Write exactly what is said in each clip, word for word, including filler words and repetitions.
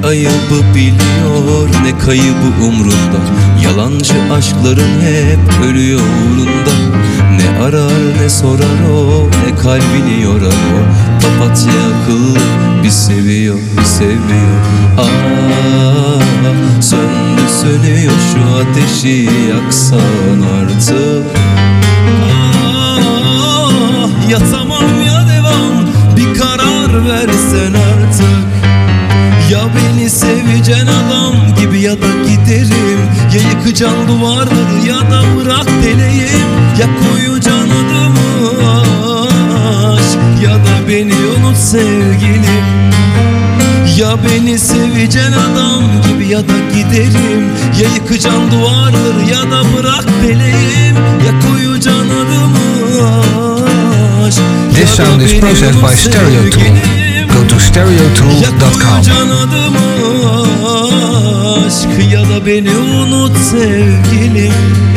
ayıbı biliyor, ne kaybı umrunda. Yalancı aşkların hep ölüyor uğrunda. Ne arar ne sorar o, ne kalbini yorar o. Papatya akıllı, bir seviyor bir sevmiyor. Ah, söndü sönüyor şu ateşi, yaksan artık. Ah, ya tamam ya devam, bir karar versen artık. Ya beni seveceksin adam gibi ya da giderim. Ya yıkacaksın duvarları ya da bırak deleyim. Ya koyacaksın adımı aşk, ya da beni unut sevgilim. Ya beni seveceksin adam gibi ya da giderim. Ya yıkacaksın duvarları ya da bırak deleyim. Ya koyacaksın adımı aşk. This sound is processed by Stereotool. Go to stereotool dot com. Ya koyacaksın adımı aşk, ya da beni unut sevgilim.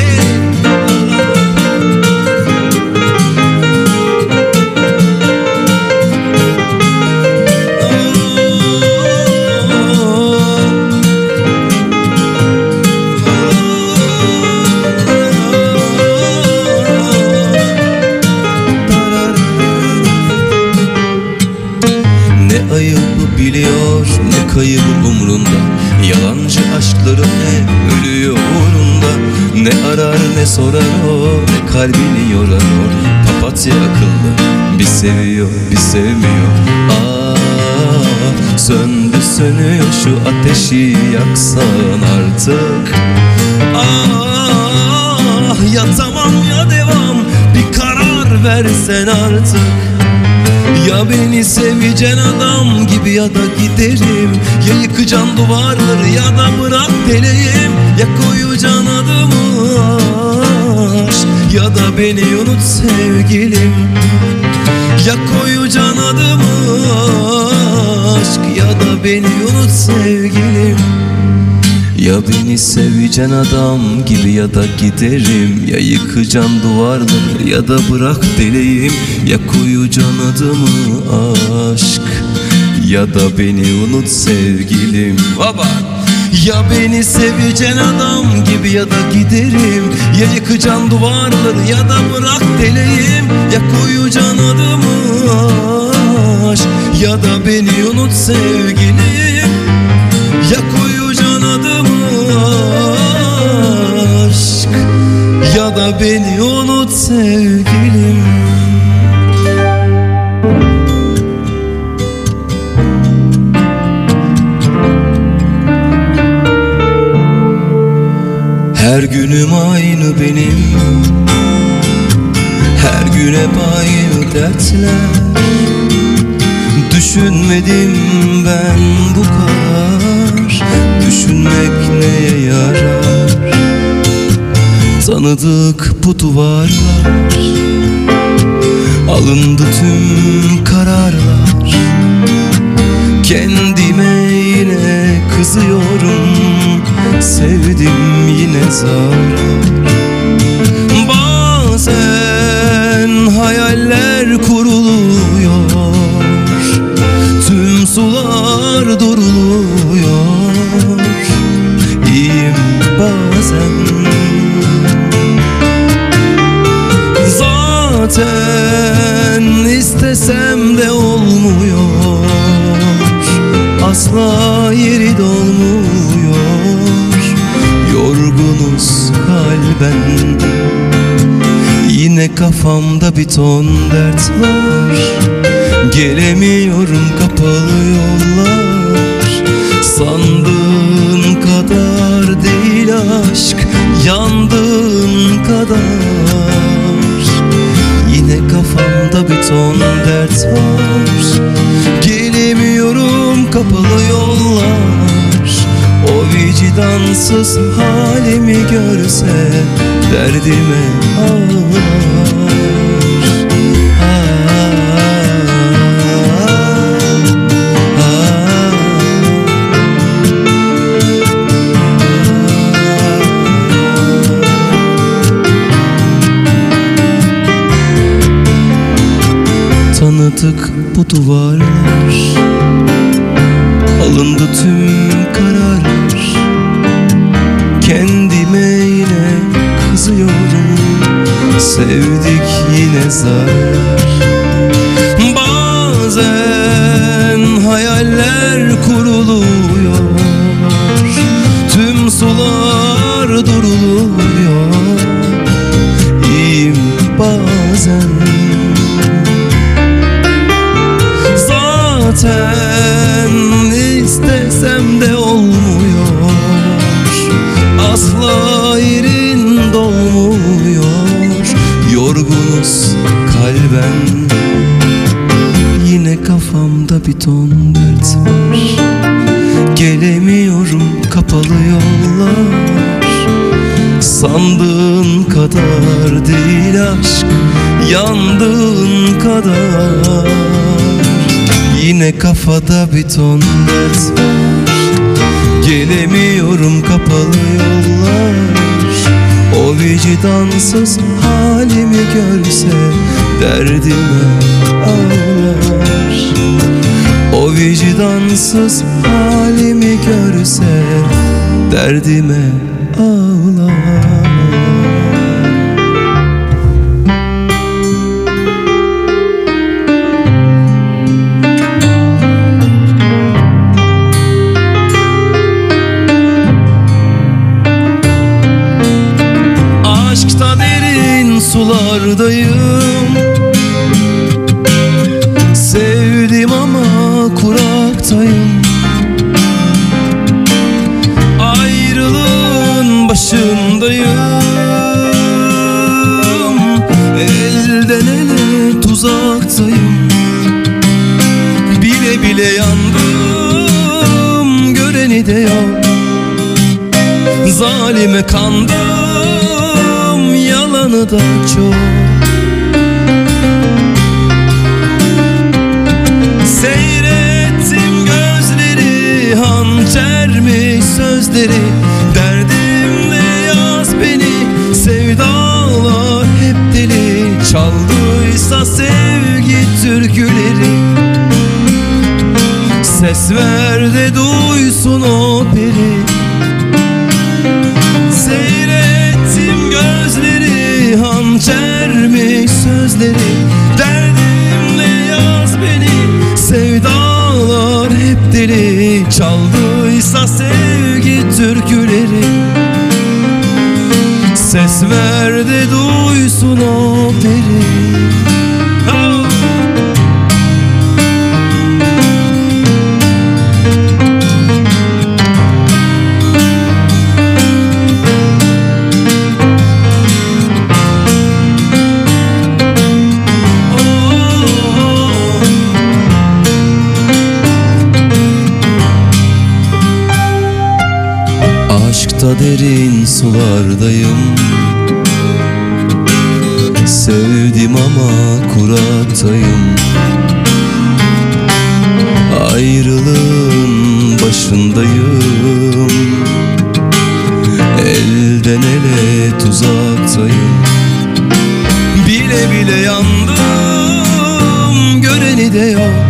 Ne ayıbı biliyor, ne kaybı umrunda. Yalancı aşkların hep ölüyor uğrunda. Ne arar ne sorar o, ne kalbini yorar o. Papatya akıllı, bir seviyor bir sevmiyor. Ah, söndü sönüyor şu ateşi, yaksan artık. Ah, ya tamam ya devam, bir karar versen artık. Ya beni seveceksin adam gibi ya da giderim. Ya yıkacaksın duvarları ya da bırak deleyim. Ya koyacaksın adımı aşk, ya da beni unut sevgilim. Ya koyacaksın adımı aşk, ya da beni unut sevgilim. Ya beni seveceksin adam gibi ya da giderim. Ya yıkacaksın duvarları ya da bırak deleyim. Ya koyacaksın adımı aşk, ya da beni unut sevgilim. Baba. Ya beni seveceksin adam gibi ya da giderim. Ya yıkacaksın duvarları ya da bırak deleyim. Ya koyacaksın adımı aşk, ya da beni unut sevgilim. Ya koyacaksın adımı aşk, ya da beni unut sevgilim. Her günüm aynı benim, her gün hep aynı dertler. Düşünmedim ben bu kadar, düşünmek neye yarar? Tanıdık bu duvarlar, alındı tüm kararlar. Kendime yine kızıyorum, sevdim yine zarar. Bazen hayaller kuruluyor, tüm sular duruluyor. İyiyim bazen, zaten istesem de olmuyor. Asla yeri dolmuyor. Yorgunuz kalben, yine kafamda bir ton dert var. Gelemiyorum kapalı yollar. Sandığın kadar değil aşk, yandığın kadar. Yine kafamda bir ton dert var. Gelemiyorum kapalı yollar. O vicdansız halimi görse derdime ağlar. Tanıdık bu duvarlar, Alındı tüm kararlar, kendime yine kızıyorum. Sevdik yine zarar. Bazen hayaller kuruluyor, tüm sular duruluyor. İyiyim bazen, zaten istesem de olmuyor. Asla yerin dolmuyor. Yorgunuz kalben, yine kafamda bir ton dert var. Gelemiyorum kapalı yollar. Sandığın kadar değil aşk, yandığın kadar. Yine kafada bir ton dert var. Gelemiyorum kapalı yollar. O vicdansız halimi görse derdime ağlar. O vicdansız halimi görse derdime ağlar. Aşkta derin sulardayım, sevdim ama kuraktayım. Ayrılığın başındayım, elden ele tuzaktayım. Bile bile yandım, göreni de yok. Zalime kandım, yalanı da çok. Seyrettim gözleri, hançermiş sözleri. Derdimle yaz beni, sevdalar hep deli. Çaldıysa sevgi türküleri, ses ver de duysun o peri. Seyrettim gözleri, hançermiş sözleri. Derdimle yaz beni, sevdalar hep deli. Çaldıysa sevgi türküleri, ses ver de duysun o peri. Oh! Aşkta derin sulardayım, sevdim ama kuraktayım. Ayrılığın başındayım, elden ele tuzaktayım. Bile bile yandım, göreni de yok.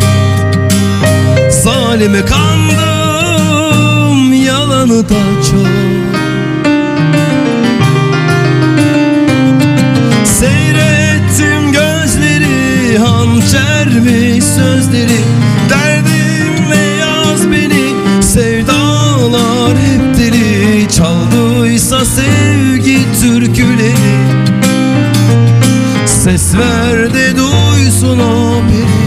Zalime kandım, yalanı da çok. Seyrettim gözleri, hançermiş sözleri. Derdimle yaz beni, sevdalar hep deli. Çaldıysa sevgi türküleri, ses ver de duysun o peri.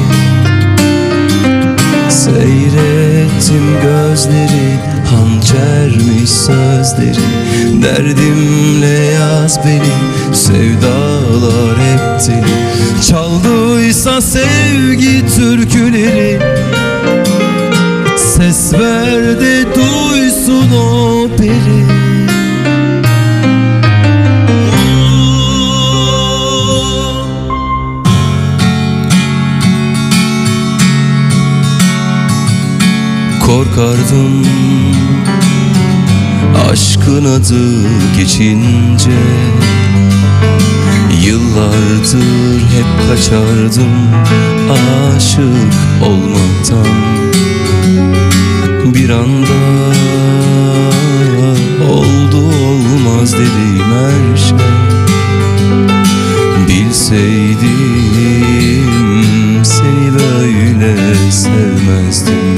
Seyrettim gözleri, hançermiş sözleri. Derdimle yaz beni, sevdalar hep deli. Çaldıysa sevgi türküleri, ses ver de duysun o peri. Korkardım aşkın adı geçince, yıllardır hep kaçardım aşık olmaktan. Bir anda oldu olmaz dediğim her şey. Bilseydim seni böyle sevmezdim.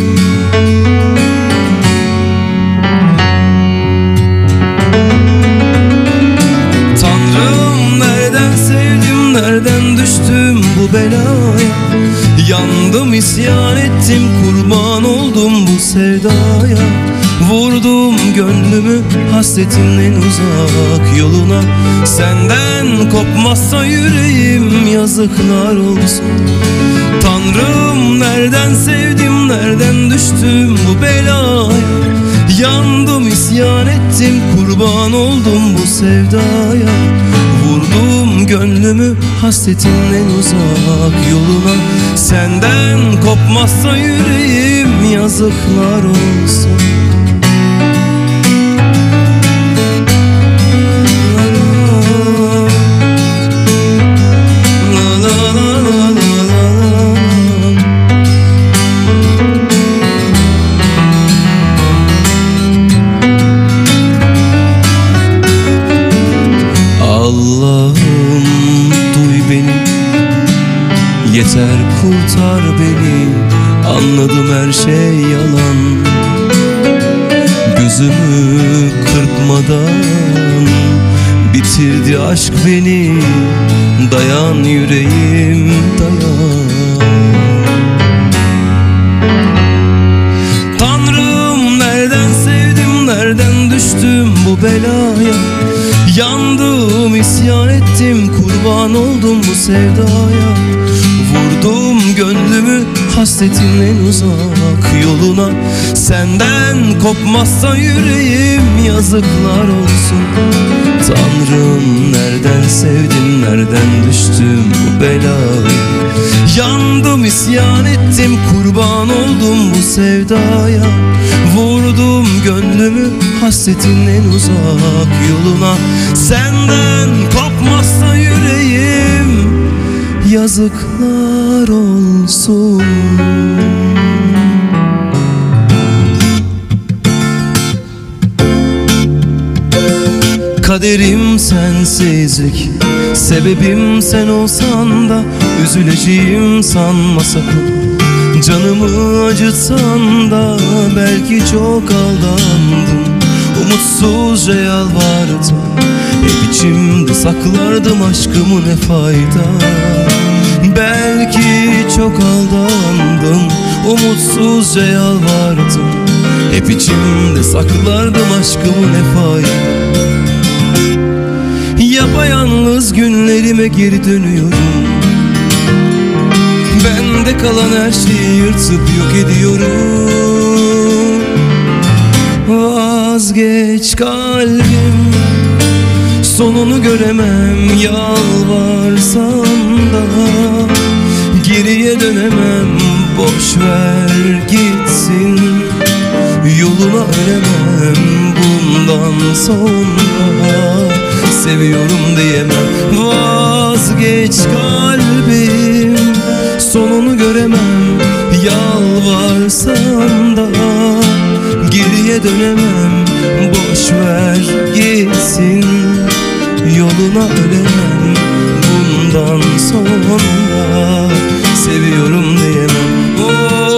Tanrım, nereden sevdim, nereden düştüm bu belaya? Yandım, isyan ettim, kurban oldum bu sevdaya. Vurdum gönlümü hasretin en uzak yoluna. Senden kopmazsa yüreğim yazıklar olsun. Tanrım, nereden sevdim, nereden düştüm bu belaya? Yandım, isyan ettim, kurban oldum bu sevdaya. Vurdum gönlümü hasretin en uzak yoluna. Senden kopmazsa yüreğim yazıklar olsun. Yeter kurtar beni, anladım her şey yalan. Gözümü kırpmadan bitirdi aşk beni. Dayan yüreğim dayan. Tanrım, nereden sevdim, nereden düştüm bu belaya? Yandım, isyan ettim, kurban oldum bu sevdaya. Vurdum gönlümü hasretin en uzak yoluna. Senden kopmazsa yüreğim yazıklar olsun. Tanrım, nereden sevdim, nereden düştüm bu belaya? Yandım, isyan ettim, kurban oldum bu sevdaya. Vurdum gönlümü hasretin en uzak yoluna. Senden kopmazsa yüreğim yazıklar olsun. Kaderim sensizlik, sebebim sen olsan da üzüleceğim sanma sakın. Canımı acıtsan da belki çok aldandım. Umutsuzca yalvardım, hep içimde saklardım aşkımı ne fayda. Belki çok aldandım, umutsuzca yalvardım, hep içimde saklardım aşkımı ne fayda. Yapayalnız günlerime geri dönüyorum. Bende kalan her şeyi yırtıp yok ediyorum. Vazgeç kalbim, sonunu göremem, yalvarsan da geriye dönemem. Boş ver gitsin, yoluna ölemem bundan sonra. Seviyorum diyemem, vazgeç kalbim, sonunu göremem, yalvarsan da geriye dönemem. Boş ver gitsin, yoluna ölemem bundan sonra. Seviyorum diyemem. Oh.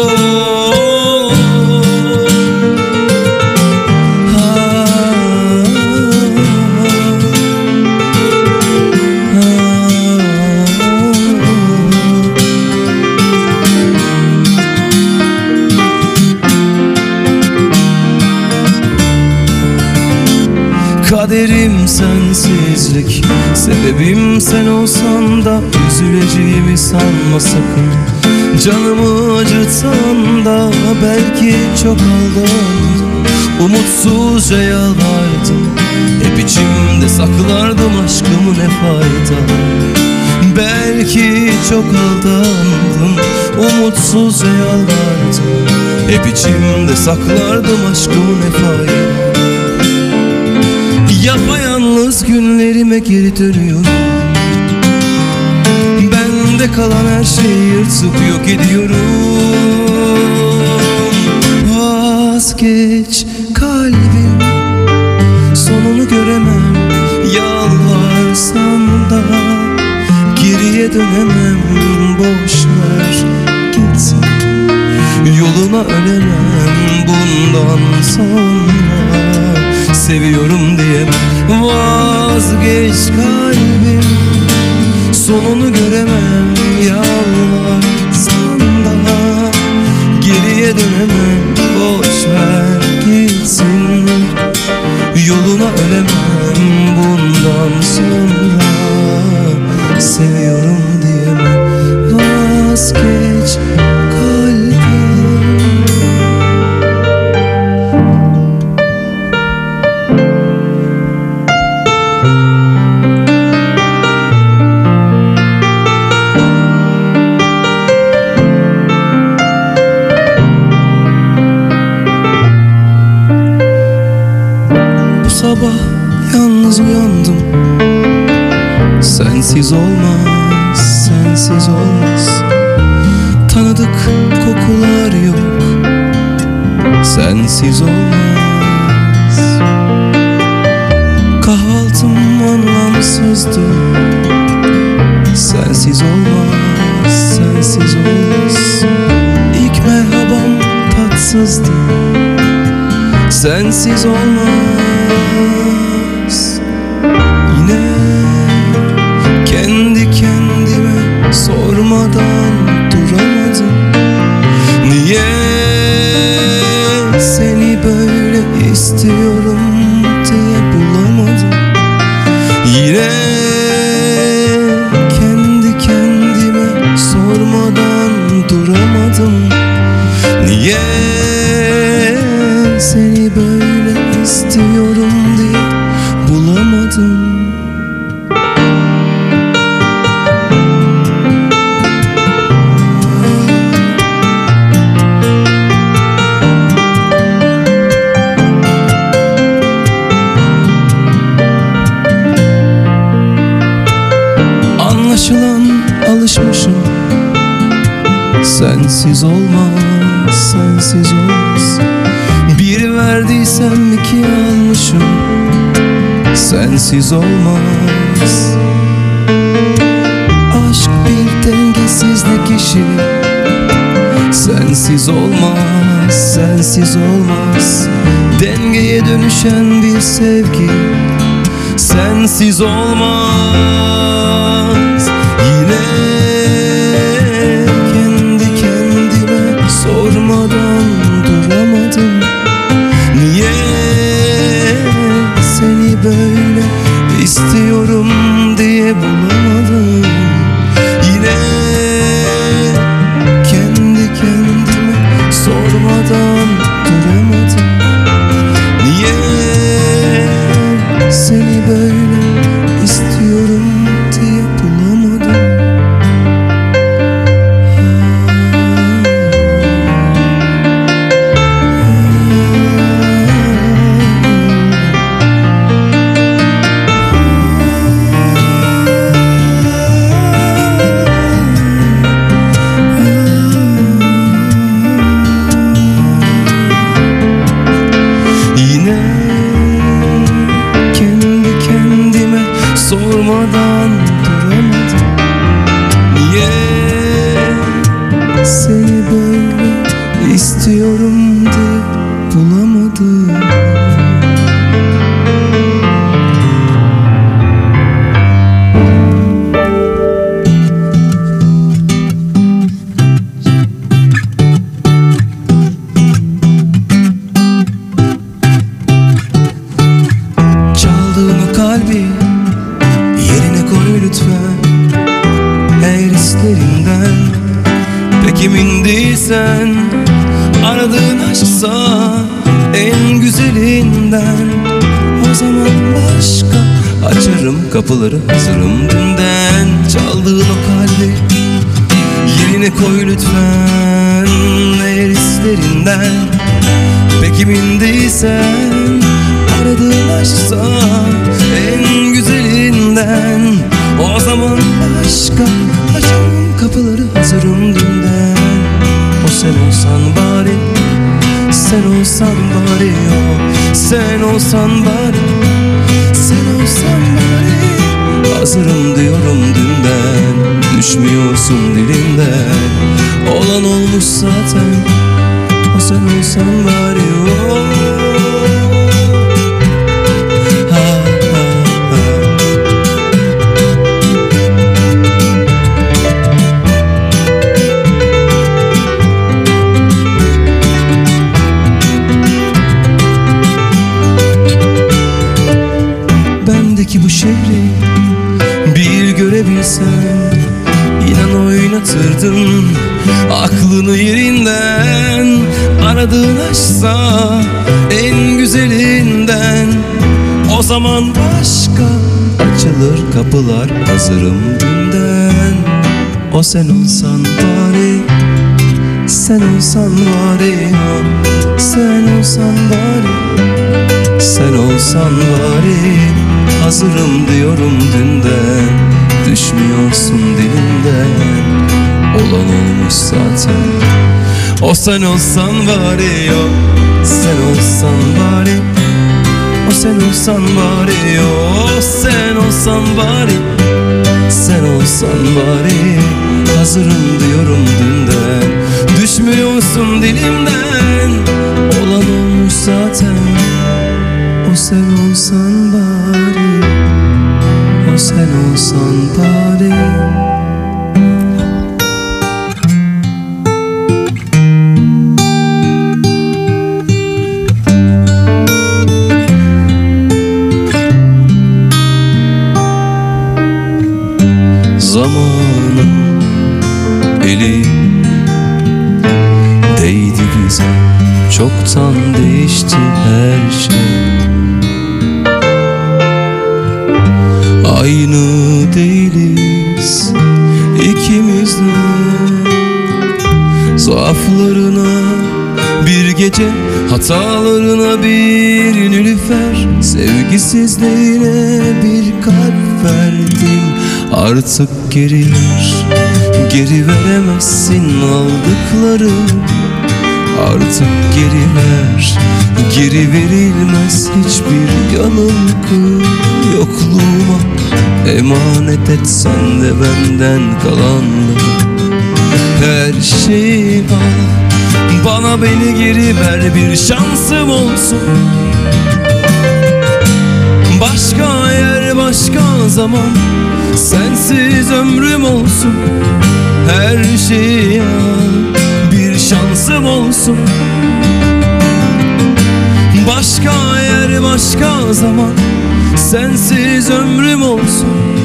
Kaderim sensizlik, sebebim sen olsan da üzüleceğimi sanma sakın. Canımı acıtsan da belki çok aldandım. Umutsuzca yalvardım, hep içimde saklardım aşkımı ne fayda. Belki çok aldandım, umutsuzca yalvardım, hep içimde saklardım aşkımı ne fayda. Yapayalnız günlerime geri dönüyorum. Bende kalan her şeyi yırtıp yok ediyorum. Vazgeç kalbim, sonunu göremem. Yalvarsan da geriye dönemem. Boş ver gitsin, yoluna ölemem. Bundan sonra seviyorum diyemem. Vazgeç kalbim, sonunu göremem. Yalvarsan da geriye dönemem. Boş ver gitsin, yoluna ölemem. Bundan sonra seviyorum diyemem. Vazgeç kalbim. Sabah yalnız uyandım. Sensiz olmaz, sensiz olmaz. Tanıdık kokular yok, sensiz olmaz. Kahvaltım anlamsızdı. Sensiz olmaz, sensiz olmaz. İlk merhabam tatsızdı. Sensiz olmaz. Yine kendi kendime sormadan duramadım. Niye seni böyle istiyorum diye bulamadım. Yine kendi kendime sormadan duramadım. Niye seni böyle istiyorum diye bulamadım. Anlaşılan alışmışım. Sensiz olmaz, sensiz olmaz. Bir verdiysem iki almışım. Sensiz olmaz. Aşk bir dengesizlik işi. Sensiz olmaz, sensiz olmaz. Dengeye dönüşen bir sevgi. Sensiz olmaz. Yine kendi kendime sormadan duramadım. Niye seni böyle istiyorum diye bulamadım. Yine kendi kendime sormadan duramadım. Niye seni böyle istiyorum diye bulamadım. Sormadan duramadım. Niye seni böyle istiyorum diye bulamadım. Çaldığın o kalbi yerine koy lütfen. Eğer hislerinden pek emin değilsen, aradığın aşksa en güzelinden, o zaman başka açarım kapıları, hazırım dünden. Çaldığın o kalbi yerine koy lütfen. Eğer hislerinden pek emin değilsen, aradığın aşksa en güzelinden, o zaman başka açarım kapıları, hazırım dünden. O sen olsan bari, sen olsan bari o, sen olsan bari, sen olsan bari. Hazırım diyorum dünden, düşmüyorsun dilimden. Olan olmuş zaten, o sen olsan bari o. Ha, ha, ha. Bendeki bu şehri bir görebilsen, İnan oynatırdın aklını yerinden. Aradığın aşksa en güzelinden, o zaman başka açılır kapılar. Hazırım dünden, o sen olsan bari, sen olsan bari, sen olsan bari, sen olsan bari. Hazırım diyorum dünden, düşmüyorsun dilimden. Olan olmuş zaten, o sen olsan bari o, sen olsan bari, o sen olsan bari o, sen olsan bari, sen olsan bari. Hazırım diyorum dünden, düşmüyorsun dilimden. Olan olmuş zaten, o sen olsan bari, o sen olsan bari. Zamanın eli değdi bize, çoktan değişti her şey. Aynı değiliz ikimiz de, zaaflarına bir gece, hatalarına bir nilüfer, sevgisizliğine bir kalp verdim. Artık geri ver, geri veremezsin aldıkları. Artık geri ver, geri verilmez hiçbir yanılgı. Yokluğuma emanet et sen de benden kalanları. Her şeyi al, bana beni geri ver, bir şansım olsun. Başka yer, başka zaman, sensiz ömrüm olsun. Her şeyi al, bir şansım olsun. Başka yer, başka zaman, sensiz ömrüm olsun.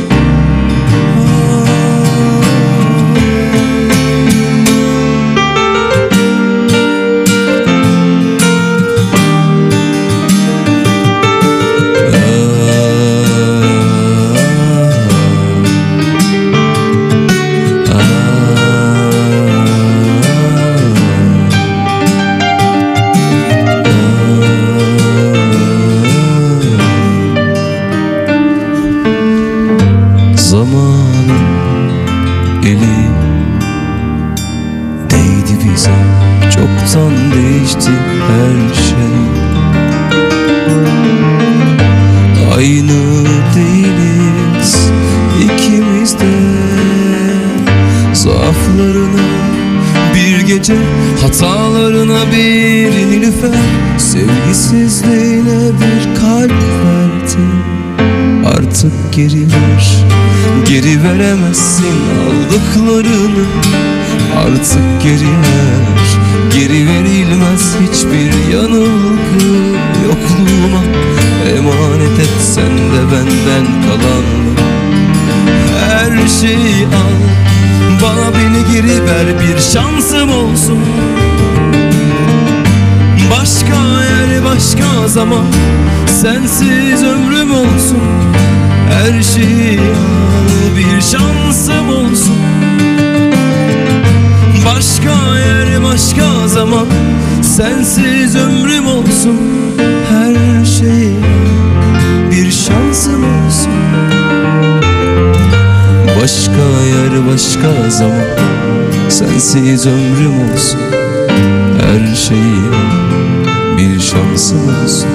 Zamanın eli değdi bize, çoktan değişti her şey. Aynı değiliz ikimiz de, zaaflarına bir gece, hatalarına bir nilüfer, sevgisizliğine bir kalp verdim. Artık geri ver, geri veremezsin aldıklarını. Artık geri ver, geri verilmez hiçbir yanılgı. Yokluğuma emanet et sen de benden kalanları. Her şeyi al, bana beni geri ver, bir şansım olsun. Başka yer, başka zaman, sensiz ömrüm olsun. Her şeyi al, bir şansım olsun. Başka yer, başka zaman, sensiz ömrüm olsun. Her şeyi al, bir şansım olsun. Başka yer, başka zaman, sensiz ömrüm olsun. Her şeyi al, lazım olsun.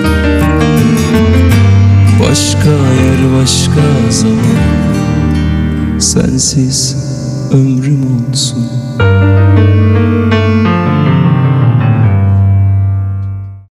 Başka yer, başka zaman, sensiz ömrüm olsun.